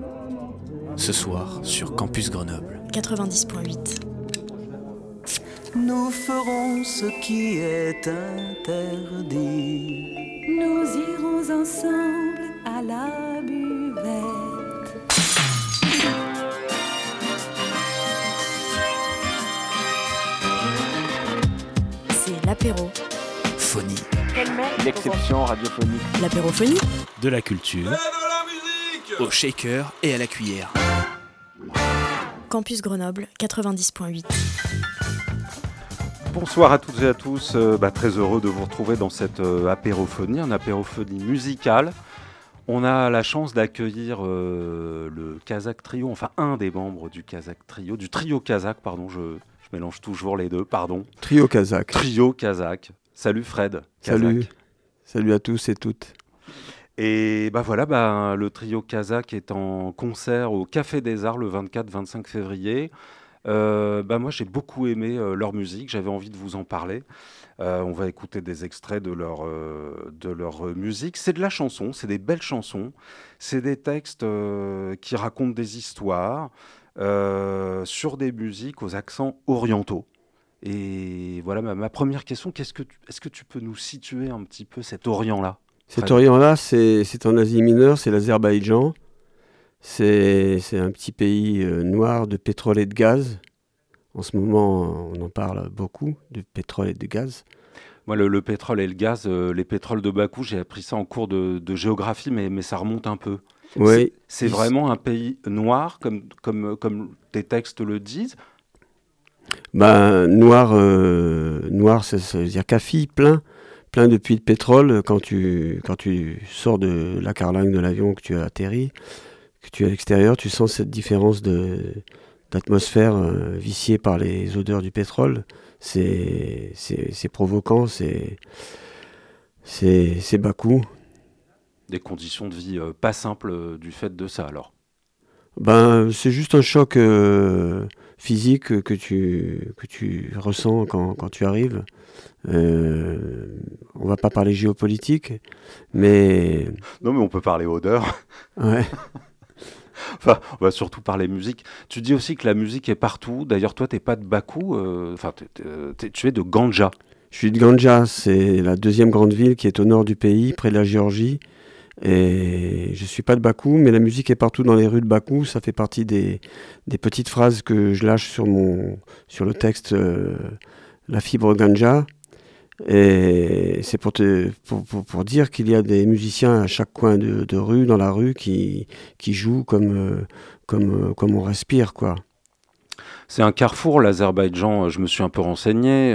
Ce soir sur Campus Grenoble 90.8. Nous ferons ce qui est interdit. Nous irons ensemble à la buvette. C'est l'apéro. Phonie. L'exception radiophonique. L'apérophonie. De la culture. Au shaker et à la cuillère. Campus Grenoble 90.8. Bonsoir à toutes et à tous, très heureux de vous retrouver dans cette apérophonie, une apérophonie musicale. On a la chance d'accueillir le Kazakh Trio, enfin un des membres du Kazakh Trio, du Trio Kazakh, pardon, je mélange toujours les deux, pardon. Trio Kazakh. Trio Kazakh. Salut Fred. Salut. Kazakh. Salut à tous et toutes. Et le Trio Kazakh est en concert au Café des Arts le 24-25 février. Moi j'ai beaucoup aimé leur musique, j'avais envie de vous en parler. On va écouter des extraits de leur musique. C'est de la chanson, c'est des belles chansons, c'est des textes qui racontent des histoires sur des musiques aux accents orientaux. Et voilà ma première question, est-ce que tu peux nous situer un petit peu cet Orient-là ? Cet Orient-là, c'est en Asie mineure, c'est l'Azerbaïdjan. C'est un petit pays noir de pétrole et de gaz. En ce moment, on en parle beaucoup, du pétrole et de gaz. Moi, le pétrole et le gaz, les pétroles de Bakou, j'ai appris ça en cours de géographie, mais ça remonte un peu. Oui. C'est vraiment un pays noir, comme tes textes le disent. Noir, ça veut dire café, plein de puits de pétrole. Quand tu sors de la carlingue de l'avion, que tu atterris, que tu es à l'extérieur, tu sens cette différence d'atmosphère viciée par les odeurs du pétrole. C'est provoquant, c'est Bakou. Des conditions de vie pas simples du fait de ça, alors. C'est juste un choc physique que tu ressens quand tu arrives. On va pas parler géopolitique, mais... Non, mais on peut parler odeur. Ouais. Enfin, on va surtout parler musique. Tu dis aussi que la musique est partout. D'ailleurs, toi, t'es pas de Bakou. Tu es de Gandja. Je suis de Gandja. C'est la deuxième grande ville qui est au nord du pays, près de la Géorgie. Et je suis pas de Bakou, mais la musique est partout dans les rues de Bakou. Ça fait partie des petites phrases que je lâche sur le texte La fibre Gandja. Et c'est pour dire qu'il y a des musiciens à chaque coin de rue, dans la rue, qui jouent comme on respire, quoi. C'est un carrefour, l'Azerbaïdjan. Je me suis un peu renseigné.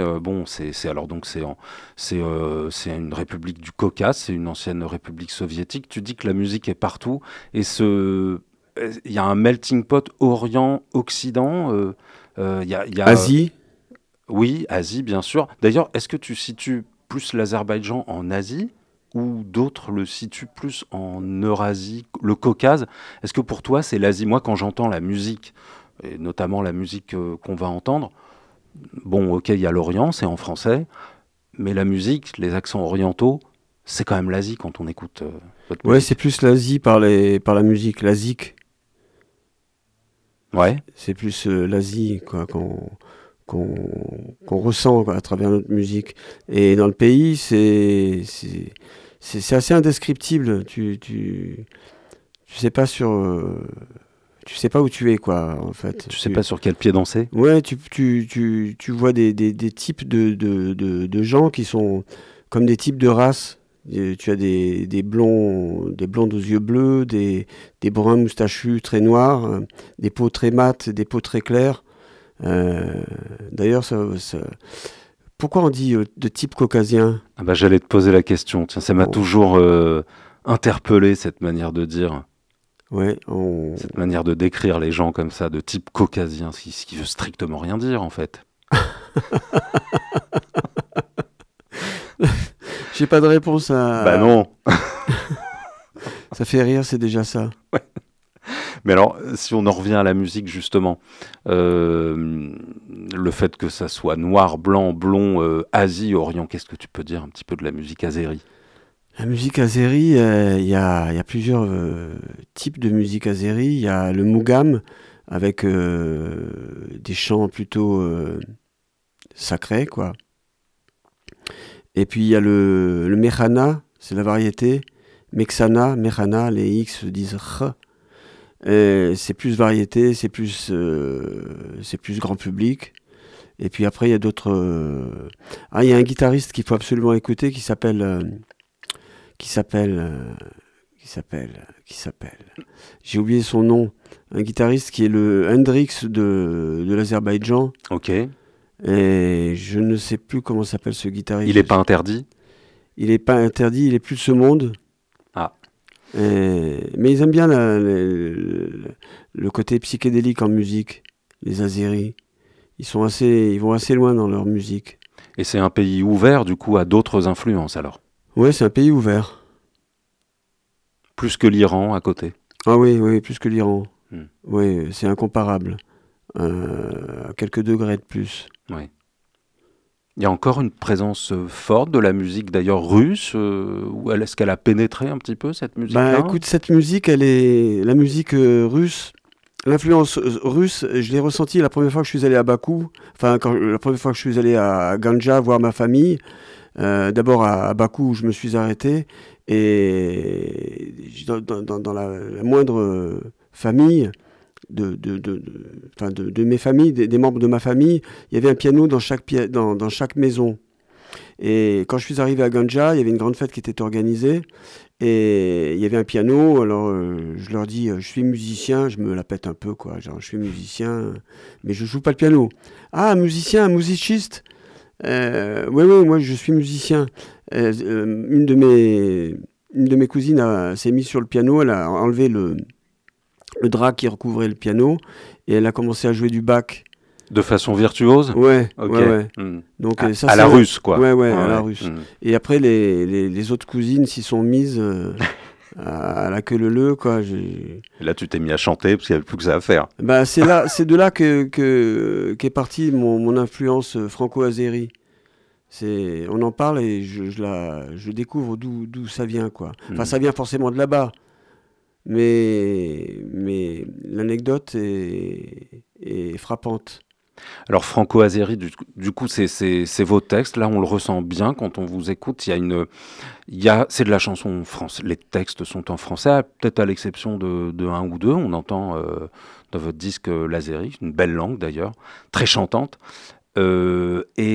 C'est une république du Caucase, c'est une ancienne république soviétique. Tu dis que la musique est partout, et il y a un melting pot Orient-Occident. Asie. Oui, Asie, bien sûr. D'ailleurs, est-ce que tu situes plus l'Azerbaïdjan en Asie ou d'autres le situent plus en Eurasie, le Caucase ? Est-ce que pour toi, c'est l'Asie ? Moi, quand j'entends la musique, et notamment la musique qu'on va entendre, il y a l'Orient, c'est en français, mais la musique, les accents orientaux, c'est quand même l'Asie quand on écoute votre musique. Ouais, c'est plus l'Asie par la musique, l'asique. Ouais. C'est plus l'Asie, quoi, qu'on ressent à travers notre musique. Et dans le pays, c'est assez indescriptible. Tu sais pas tu sais pas où tu es, quoi, en fait. Tu sais pas sur quel pied danser ? Ouais, tu vois des types de gens qui sont comme des types de races. Tu as des blondes aux yeux bleus, des bruns moustachus très noirs, des peaux très mates, des peaux très claires. D'ailleurs, pourquoi on dit de type caucasien ? J'allais te poser la question. Tiens, ça m'a toujours interpellé, cette manière de dire. Ouais, cette manière de décrire les gens comme ça, de type caucasien, ce qui veut strictement rien dire, en fait. J'ai pas de réponse à... non. Ça fait rire, c'est déjà ça. Ouais. Mais alors, si on en revient à la musique, justement, le fait que ça soit noir, blanc, blond, Asie, Orient, qu'est-ce que tu peux dire un petit peu de la musique azérie ? La musique azérie, il y a plusieurs types de musique azérie. Il y a le mougam, avec des chants plutôt sacrés, quoi. Et puis il y a le mechana, c'est la variété. Mexana, mechana, les X disent r. C'est plus variété, c'est plus grand public. Et puis après, il y a d'autres... il y a un guitariste qu'il faut absolument écouter qui s'appelle... J'ai oublié son nom. Un guitariste qui est le Hendrix de l'Azerbaïdjan. Ok. Et je ne sais plus comment s'appelle ce guitariste. Il n'est pas interdit ? Il n'est pas interdit, il est plus de ce monde. Ah. Mais ils aiment bien le côté psychédélique en musique, les Azéris. Ils vont assez loin dans leur musique. Et c'est un pays ouvert, du coup, à d'autres influences, alors ? Oui, c'est un pays ouvert. Plus que l'Iran, à côté ? Ah oui, plus que l'Iran. Hmm. Oui, c'est incomparable. À quelques degrés de plus. Oui. Il y a encore une présence forte de la musique, d'ailleurs, russe, ou est-ce qu'elle a pénétré un petit peu, cette musique-là ? Écoute, cette musique, la musique russe, l'influence russe, je l'ai ressentie la première fois que je suis allé à Bakou, la première fois que je suis allé à Ganja voir ma famille. D'abord à Bakou, où je me suis arrêté, et dans la moindre famille de mes familles, des membres de ma famille, il y avait un piano dans chaque maison. Et quand je suis arrivé à Ganja, il y avait une grande fête qui était organisée, et il y avait un piano. Alors je leur dis, je suis musicien, je me la pète un peu, quoi. Genre, je suis musicien, mais je joue pas le piano. Ah, musicien, musiciste. Oui, moi je suis musicien. Une de mes cousines s'est mise sur le piano, elle a enlevé le drap qui recouvrait le piano et elle a commencé à jouer du Bach. De façon virtuose ? Ouais, okay. Ouais. Donc, à la russe, quoi. Ouais, à la russe. Et après, les autres cousines s'y sont mises à la queue leu, quoi. Et là, tu t'es mis à chanter parce qu'il n'y avait plus que ça à faire. C'est de là qu'est partie mon influence franco-azérie. On en parle et je découvre d'où ça vient, quoi. Enfin, ça vient forcément de là-bas. Mais l'anecdote est frappante. Alors franco-azéri, du coup, c'est vos textes. Là, on le ressent bien quand on vous écoute. C'est de la chanson française. Les textes sont en français, peut-être à l'exception de un ou deux. On entend dans votre disque l'azéri, une belle langue d'ailleurs, très chantante. Et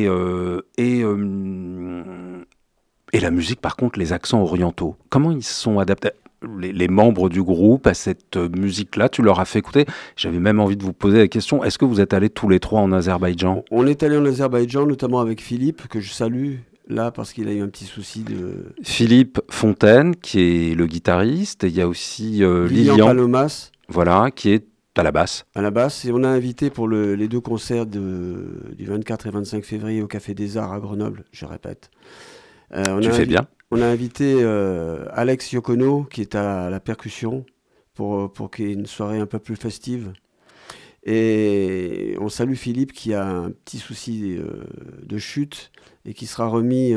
la musique, par contre, les accents orientaux. Comment ils sont adaptés ? Les membres du groupe à cette musique-là, tu leur as fait écouter. J'avais même envie de vous poser la question, est-ce que vous êtes allés tous les trois en Azerbaïdjan ? On est allés en Azerbaïdjan, notamment avec Philippe, que je salue là parce qu'il a eu un petit souci de... Philippe Fontaine, qui est le guitariste, et il y a aussi Lilian Palomas, voilà, qui est à la basse. À la basse, et on a invité pour les deux concerts du 24 et 25 février au Café des Arts à Grenoble, je répète. Tu fais bien. On a invité Alex Yokono, qui est à la percussion, pour qu'il y ait une soirée un peu plus festive. Et on salue Philippe, qui a un petit souci de chute et qui sera remis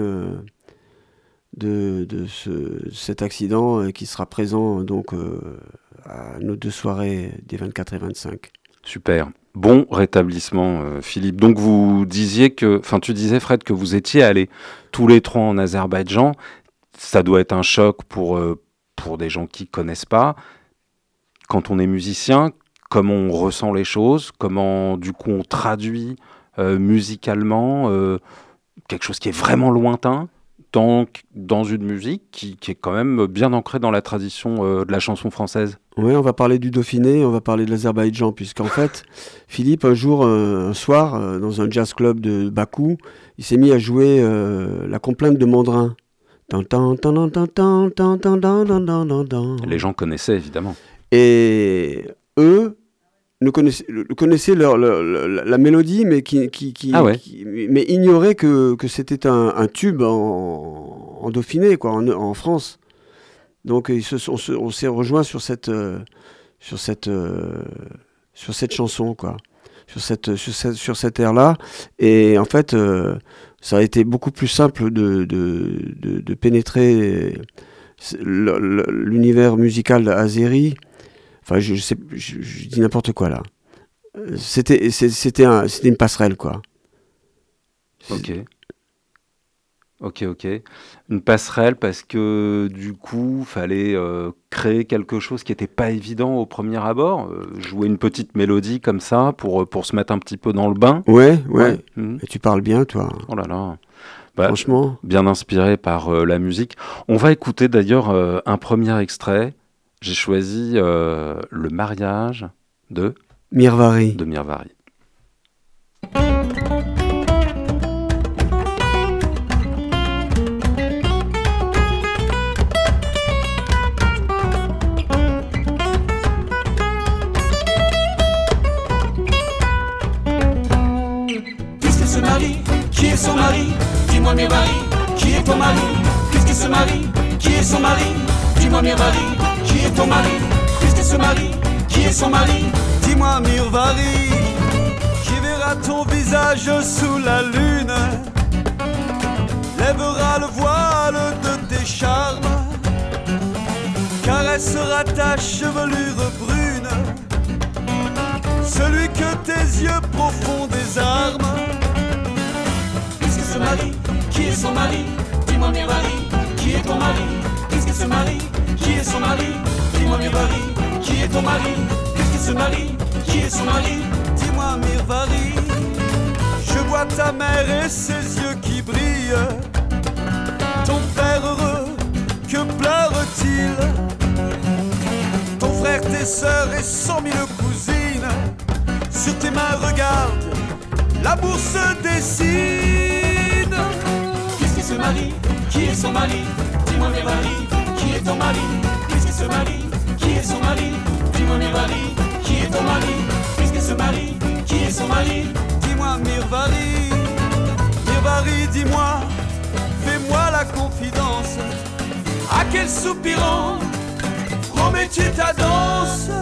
de cet accident et qui sera présent donc à nos deux soirées des 24 et 25. Super. Bon rétablissement, Philippe. Donc tu disais, Fred, que vous étiez allés tous les trois en Azerbaïdjan. Ça doit être un choc pour des gens qui ne connaissent pas. Quand on est musicien, comment on ressent les choses, comment du coup on traduit musicalement quelque chose qui est vraiment lointain dans une musique qui est quand même bien ancrée dans la tradition de la chanson française. Oui, on va parler du Dauphiné, on va parler de l'Azerbaïdjan, puisqu'en fait, Philippe, un soir, dans un jazz club de Bakou, il s'est mis à jouer la complainte de Mandrin. Les gens connaissaient, évidemment. Et eux connaissaient la mélodie, mais mais ignoraient que c'était un tube en Dauphiné, quoi, en France. Donc on s'est rejoint sur cette chanson, quoi, sur cette air-là. Et en fait, ça a été beaucoup plus simple de pénétrer l'univers musical azéri. Enfin, je dis n'importe quoi là. C'était une passerelle, quoi. Ok. Une passerelle parce que du coup, fallait créer quelque chose qui n'était pas évident au premier abord. Jouer une petite mélodie comme ça pour se mettre un petit peu dans le bain. Ouais. Et tu parles bien, toi. Oh là là. Franchement. Bien inspiré par la musique. On va écouter d'ailleurs un premier extrait. J'ai choisi Le mariage de Mirvari. Puisqu'il se marie, qui est son mari? Dis-moi Mirvari, qui est ton mari? Puisqu'il se marie, qui est son mari? Dis-moi Mirvari, qui est ton mari? Puisqu'il se marie, qui est son mari? Dis-moi Mirvari, qui verra ton visage sous la lune, lèvera le voile de tes charmes, caressera ta chevelure brune, celui que tes yeux profonds désarment. Puisqu'il se marie, qui est son mari? Dis-moi Mirvari, qui est ton mari? Puisqu'il se marie, qui est son mari? Dis-moi Mirvari, qui est ton mari? Puisqu'il se marie, qui est son mari? Dis-moi Mirvari, je vois ta mère et ses yeux qui brillent. Ton père heureux, que pleure-t-il? Ton frère, tes sœurs et 100 000 cousines. Sur tes mains, regarde, l'amour se dessine. Puisqu'il se marie, qui est son mari? Dis-moi Mirvari, qui est ton mari? Puisqu'il se marie, qui est son mari? Dis-moi Mirvari, qui est ton mari? Puisqu'il se marie, qui est son mari? Dis-moi Mirvari, Mirvari, dis-moi, fais-moi la confidence. À quel soupirant promets-tu ta danse?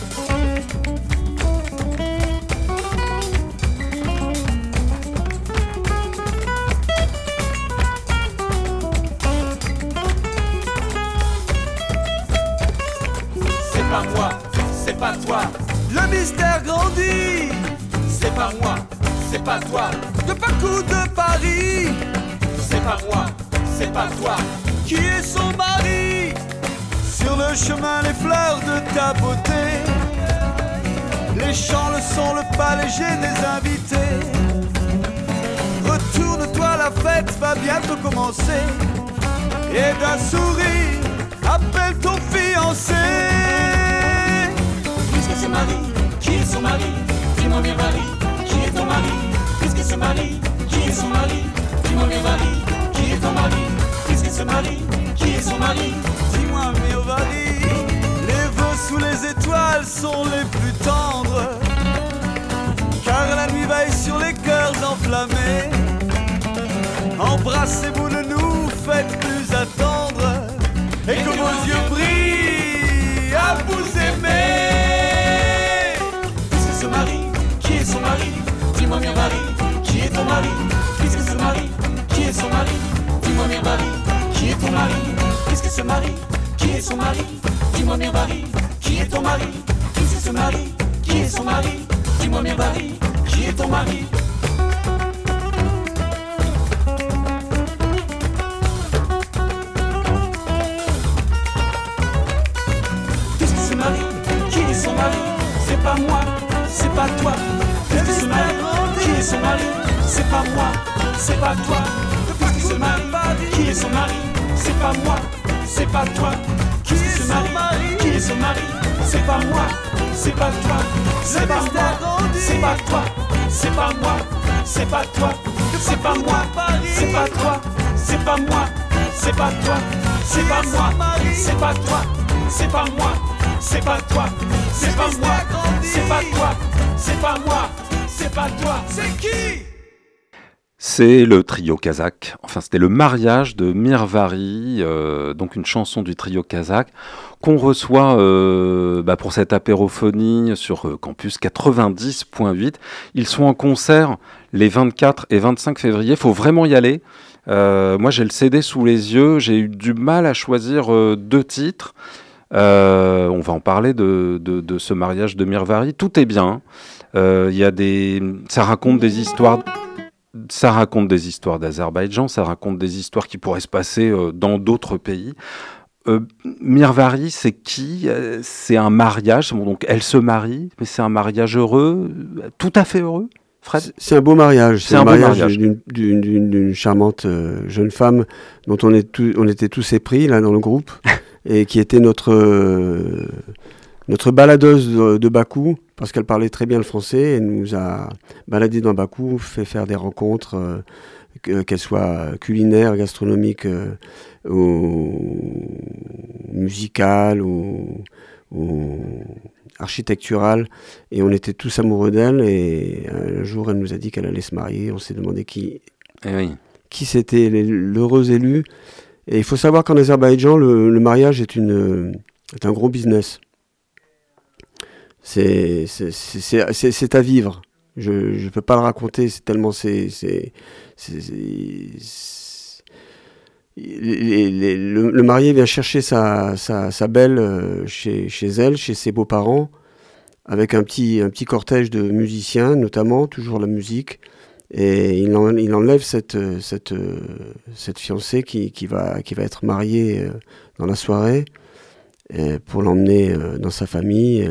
C'est pas moi, c'est pas toi. Le mystère grandit. C'est pas moi, c'est pas toi. De Bakou, de Paris. C'est pas moi, c'est pas toi. Qui est son mari? Sur le chemin, les fleurs de ta beauté. Les chants, le son, le pas léger des invités. Retourne-toi, la fête va bientôt commencer. Et d'un sourire, appelle ton fiancé. Puisqu'il se marie, qui est son mari? Dis-moi Mirvari, qui est ton mari? Puisqu'il se marie, qui est son mari? Dis-moi Mirvari, qui est ton mari? Puisqu'il se marie, qui est son mari? Dis-moi Mirvari, les vœux sous les étoiles sont les plus tendres, car la nuit veille sur les cœurs enflammés. Embrassez-vous, ne nous faites plus attendre, et que vos yeux brillent à vous aimer. Puisqu'il se marie, qui est son mari? Dis-moi Mirvari, qui est ton mari? Puisqu'il se marie, qui est son mari? Dis-moi Mirvari, qui est ton mari? Puisqu'il se marie, qui est son mari? Dis-moi Mirvari, qui est ton mari? Puisqu'il se marie, qui est son mari? Dis-moi Mirvari, qui est ton mari? Puisqu'il se marie, qui est son mari? C'est pas moi, c'est pas toi. Puisqu'il se marie, qui est son mari? C'est pas moi, c'est pas toi. Puisqu'il se marie, qui est son mari? C'est pas moi, c'est pas toi. Puisqu'il se marie, qui est son mari? C'est pas moi, c'est pas toi. C'est pas moi, c'est pas toi. C'est pas moi, c'est pas toi. C'est pas moi, c'est pas toi. C'est pas moi, c'est pas toi. C'est pas moi, c'est pas toi. C'est pas moi, c'est pas toi. C'est pas moi, c'est pas toi. C'est pas moi, c'est pas toi. C'est qui? C'est le trio kazakh, enfin c'était le mariage de Mirvari, donc une chanson du trio kazakh qu'on reçoit pour cette apérophonie sur Campus 90.8. Ils sont en concert les 24 et 25 février, il faut vraiment y aller. Moi j'ai le CD sous les yeux, j'ai eu du mal à choisir 2 titres. On va en parler de ce mariage de Mirvari, tout est bien. Ça raconte des histoires... Ça raconte des histoires d'Azerbaïdjan, ça raconte des histoires qui pourraient se passer dans d'autres pays. Mirvari, c'est qui ? C'est un mariage, donc elle se marie, mais c'est un mariage heureux, tout à fait heureux, Fred ? C'est un beau mariage. C'est un beau mariage. D'une charmante jeune femme dont on était tous épris là, dans le groupe, et qui était notre baladeuse de Bakou, parce qu'elle parlait très bien le français. Elle nous a baladés dans Bakou, fait faire des rencontres, qu'elles soient culinaires, gastronomiques, ou musicales, ou architecturales. Et on était tous amoureux d'elle. Et un jour, elle nous a dit qu'elle allait se marier. On s'est demandé qui c'était l'heureux élu. Et il faut savoir qu'en Azerbaïdjan, le mariage est un gros business. C'est à vivre. Je peux pas le raconter, c'est tellement le marié vient chercher sa belle chez elle, chez ses beaux-parents, avec un petit cortège de musiciens, notamment toujours la musique, et il enlève cette fiancée qui va être mariée dans la soirée, pour l'emmener dans sa famille.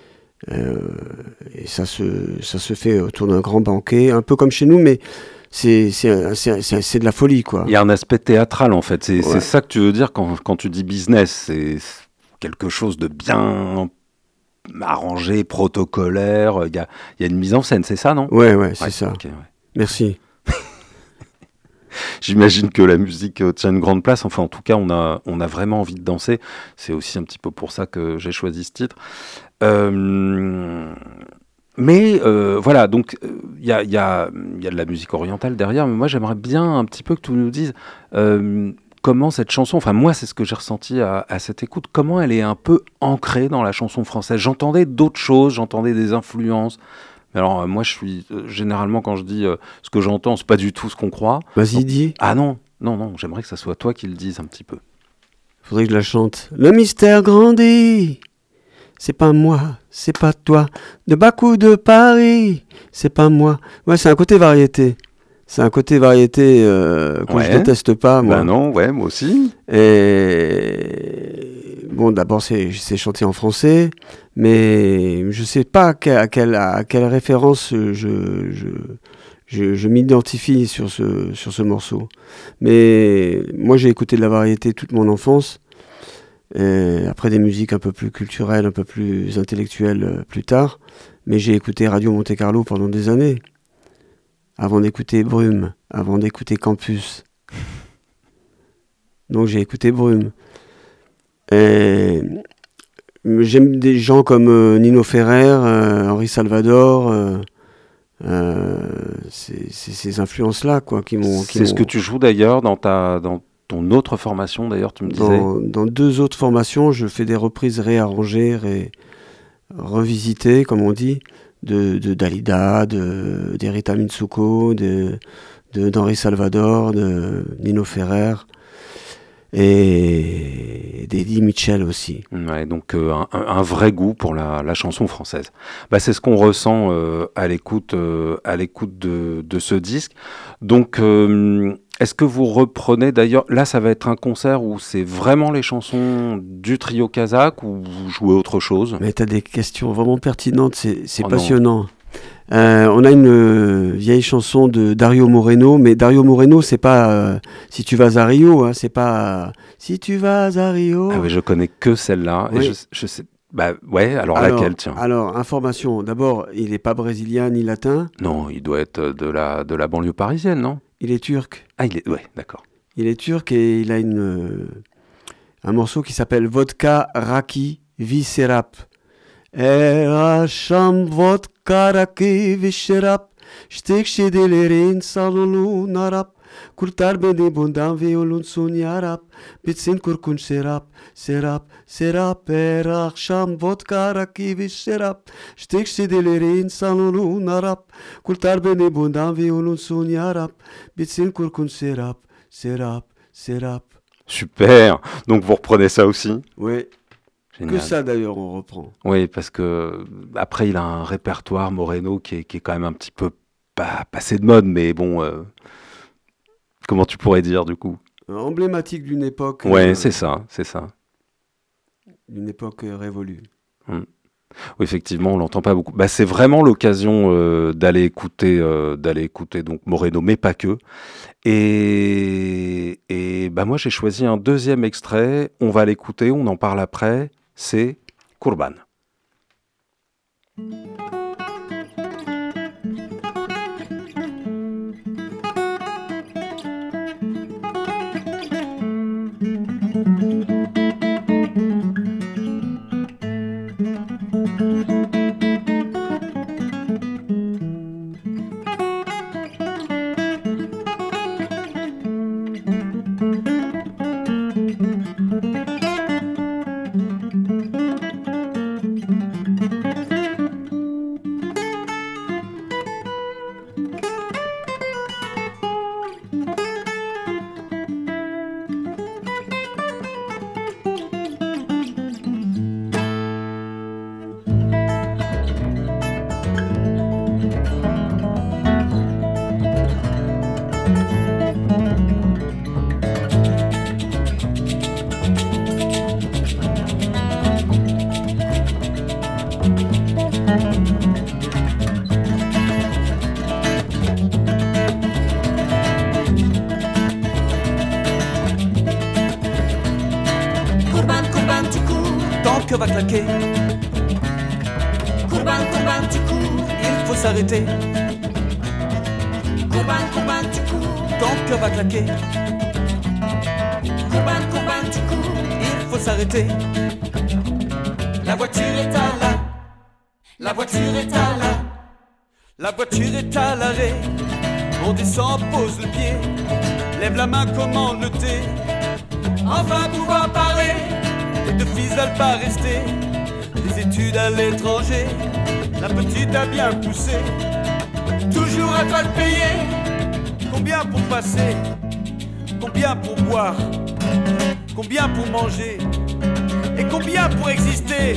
Et ça se fait autour d'un grand banquet, un peu comme chez nous, mais c'est de la folie, quoi. Il y a un aspect théâtral, en fait. C'est ça que tu veux dire quand tu dis business. C'est quelque chose de bien arrangé, protocolaire. Il y a une mise en scène, c'est ça, non ? Ouais, c'est ça. Okay, ouais. Merci. J'imagine que la musique tient une grande place. Enfin, en tout cas, on a vraiment envie de danser. C'est aussi un petit peu pour ça que j'ai choisi ce titre. Mais voilà, donc il y a de la musique orientale derrière. Mais moi, j'aimerais bien un petit peu que tu nous dises comment cette chanson, enfin moi, c'est ce que j'ai ressenti à cette écoute, comment elle est un peu ancrée dans la chanson française. J'entendais d'autres choses, j'entendais des influences. Alors moi, je suis généralement quand je dis ce que j'entends, c'est pas du tout ce qu'on croit. Vas-y, dis. Ah non, j'aimerais que ça soit toi qui le dises un petit peu. Faudrait que je la chante. Le mystère grandit. C'est pas moi, c'est pas toi. De Bakou, de Paris, c'est pas moi. Ouais, c'est un côté variété. C'est un côté variété que je déteste pas, moi. Ben non, ouais, moi aussi. Et bon, d'abord, c'est chanté en français, mais je sais pas à quelle référence je m'identifie sur ce morceau. Mais moi, j'ai écouté de la variété toute mon enfance. Et après des musiques un peu plus culturelles, un peu plus intellectuelles plus tard. Mais j'ai écouté Radio Monte Carlo pendant des années. Avant d'écouter Brume, avant d'écouter Campus. Donc j'ai écouté Brume. Et j'aime des gens comme Nino Ferrer, Henri Salvador, ces influences-là, quoi, qui m'ont... C'est ce que tu joues d'ailleurs dans ton autre formation, d'ailleurs, tu me disais. Dans 2 autres formations, je fais des reprises réarrangées, revisitées, comme on dit, de Dalida, d'Erita Mitsuko, d'Henri Salvador, de Nino Ferrer et d'Eddie Mitchell aussi. Ouais, donc un vrai goût pour la chanson française. Bah, c'est ce qu'on ressent à l'écoute de ce disque. Donc, est-ce que vous reprenez d'ailleurs, là ça va être un concert où c'est vraiment les chansons du trio kazakh ou vous jouez autre chose ? Mais tu as des questions vraiment pertinentes, c'est passionnant. On a une vieille chanson de Dario Moreno, mais Dario Moreno, c'est pas Si tu vas à Rio, hein, c'est pas Si tu vas à Rio. Ah oui, je connais que celle-là. Oui. Et je sais. Bah ouais, alors laquelle, tiens ? Alors, information. D'abord, il n'est pas brésilien ni latin. Non, il doit être de la banlieue parisienne, non ? Il est turc. Ah, ouais, d'accord. Il est turc et il a un morceau qui s'appelle Vodka Raki Viscerap. Eracham vodka raki viscerap. Știc și de lerin salulun arap, Kurtar beni bundan ve yolun sun yarab. Bitsin kurkun serap, serap, serap. Her akşam vodka, rakı ve şarap. Știc și de lerin salulun arap, Kurtar beni bundan ve yolun sun yarab. Bitsin kurkun serap, serap, serap. Super. Donc vous reprenez ça aussi? Oui. Génial. Que ça d'ailleurs on reprend. Oui, parce que après il a un répertoire Moreno qui est quand même un petit peu pas passé de mode, mais bon, comment tu pourrais dire du coup? Emblématique d'une époque. Ouais, c'est ça, c'est ça. D'une époque révolue. Oui, effectivement, on l'entend pas beaucoup. Bah, c'est vraiment l'occasion d'aller écouter donc Moreno, mais pas que. Et bah moi j'ai choisi un deuxième extrait. On va l'écouter, on en parle après. C'est Kurban. Va claquer. Kurban, Kurban, tu cours, il faut s'arrêter. Kurban, Kurban, tu cours, ton cœur va claquer. Kurban, Kurban, tu cours, il faut s'arrêter. La voiture est à la, la voiture est à la, la voiture est à l'arrêt. On descend, pose le pied, lève la main, commande le thé. Enfin pouvoir parler. Les deux fils veulent pas rester, des études à l'étranger, la petite a bien poussé. Toujours à toi de payer, combien pour passer, combien pour boire, combien pour manger, et combien pour exister.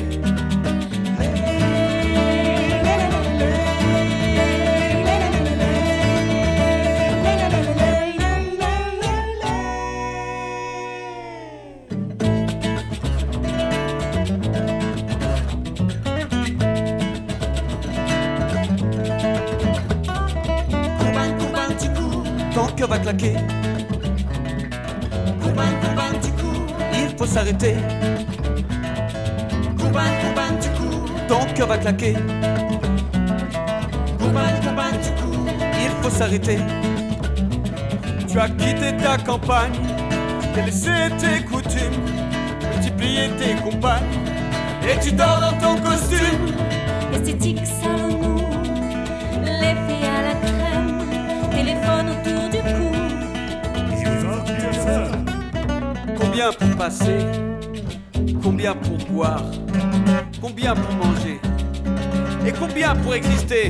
Va claquer. Kurban, Kurban, tu cours, il faut s'arrêter. Kurban, Kurban, tu cours, ton cœur va claquer. Kurban, Kurban, tu cours, il faut s'arrêter. Tu as quitté ta campagne, t'as laissé tes coutumes, multiplié tes compagnes, et tu dors dans ton costume. Esthétique salon, les filles à la crème, téléphone autour du cou. Combien pour passer, combien pour boire, combien pour manger, et combien pour exister.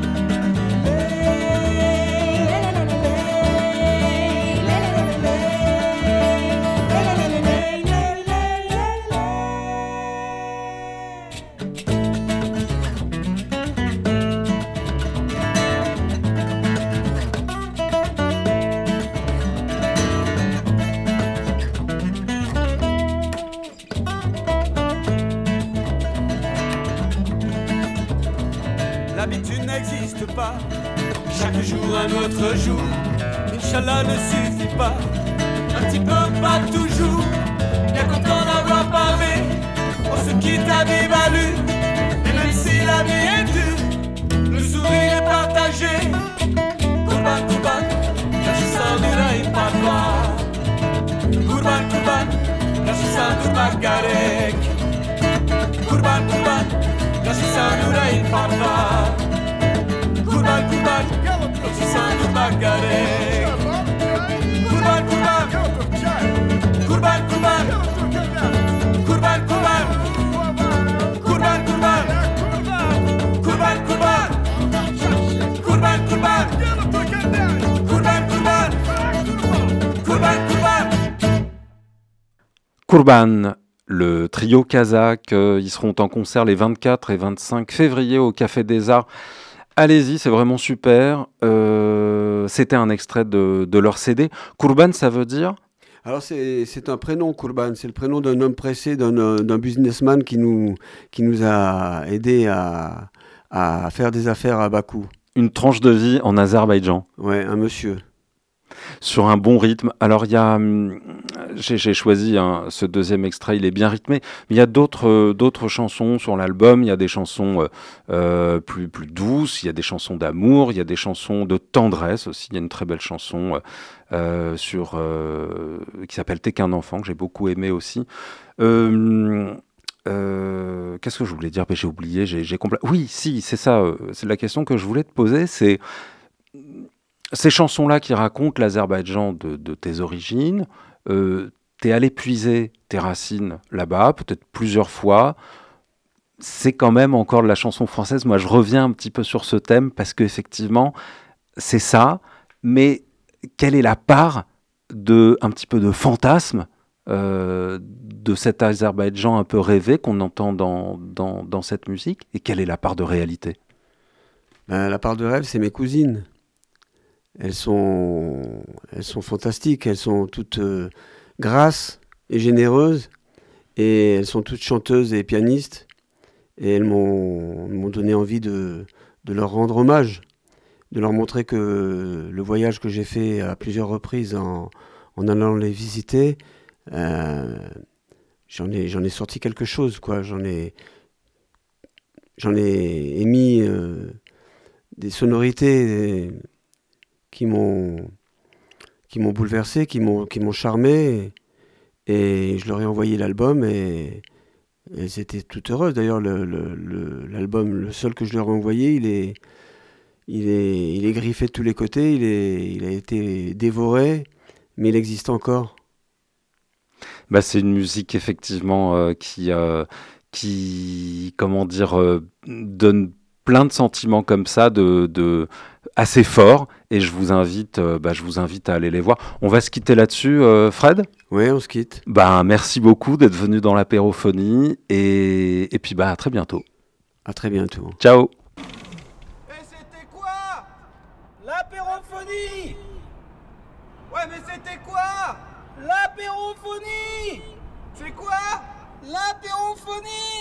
L'habitude n'existe pas, chaque jour un autre jour. Inch'Allah ne suffit pas, un petit peu pas toujours. Bien content d'avoir parlé, on se quitte à vive allure. Et même si la vie est dure, le sourire est partagé. Kurban, Kurban, yaşasandura ipatwa. Kurban, Kurban, yaşasandura garek. Kurban, Kurban, yaşasandura ipatwa. Kurban, kurban kurban Oçisan kurbagarek Kurban kurban Kurban kurban Kurban kurban Kurban kurban Kurban kurban Kurban kurban Kurban kurban Kurban kurban Kurban, le trio kazakh, ils seront en concert les 24 et 25 février au Café des Arts. Allez-y, c'est vraiment super. C'était un extrait de leur CD. Kurban, ça veut dire ? Alors c'est un prénom, Kurban, c'est le prénom d'un homme pressé, d'un businessman qui nous a aidés à faire des affaires à Bakou. Une tranche de vie en Azerbaïdjan. Ouais, un monsieur. Sur un bon rythme. Alors j'ai choisi ce deuxième extrait, il est bien rythmé, mais il y a d'autres chansons sur l'album. Il y a des chansons plus douces, il y a des chansons d'amour, il y a des chansons de tendresse aussi. Il y a une très belle chanson qui s'appelle T'es qu'un enfant, que j'ai beaucoup aimé aussi. Qu'est-ce que je voulais dire ? J'ai oublié, Oui, si, c'est ça. C'est la question que je voulais te poser, c'est ces chansons-là qui racontent l'Azerbaïdjan de tes origines. T'es allé puiser tes racines là-bas, peut-être plusieurs fois. C'est quand même encore de la chanson française. Moi, je reviens un petit peu sur ce thème parce qu'effectivement, c'est ça. Mais quelle est la part un petit peu de fantasme de cet Azerbaïdjan un peu rêvé qu'on entend dans cette musique, et quelle est la part de réalité ? La part de rêve, c'est mes cousines. Elles sont fantastiques, elles sont toutes grasses et généreuses, et elles sont toutes chanteuses et pianistes, et elles m'ont donné envie de leur rendre hommage, de leur montrer que le voyage que j'ai fait à plusieurs reprises en allant les visiter, j'en ai sorti quelque chose, quoi. J'en ai émis des sonorités qui m'ont bouleversé, qui m'ont charmé, et je leur ai envoyé l'album, et elles étaient toutes heureuses. D'ailleurs, l'album, le seul que je leur ai envoyé, il est griffé de tous les côtés, il a été dévoré, mais il existe encore. C'est une musique effectivement qui comment dire, donne plein de sentiments comme ça, assez forts, et je vous invite à aller les voir. On va se quitter là-dessus, Fred ? Oui, on se quitte. Merci beaucoup d'être venu dans l'apérophonie, et puis à très bientôt. À très bientôt. Ciao. Et c'était quoi l'apérophonie ? Ouais, mais c'était quoi l'apérophonie ? C'est quoi l'apérophonie ?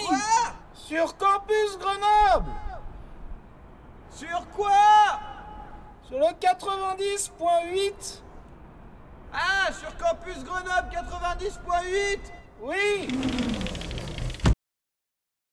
Quoi ? Sur Campus Grenoble. Sur quoi ? Sur le 90.8. Ah, sur Campus Grenoble 90.8 ? Oui.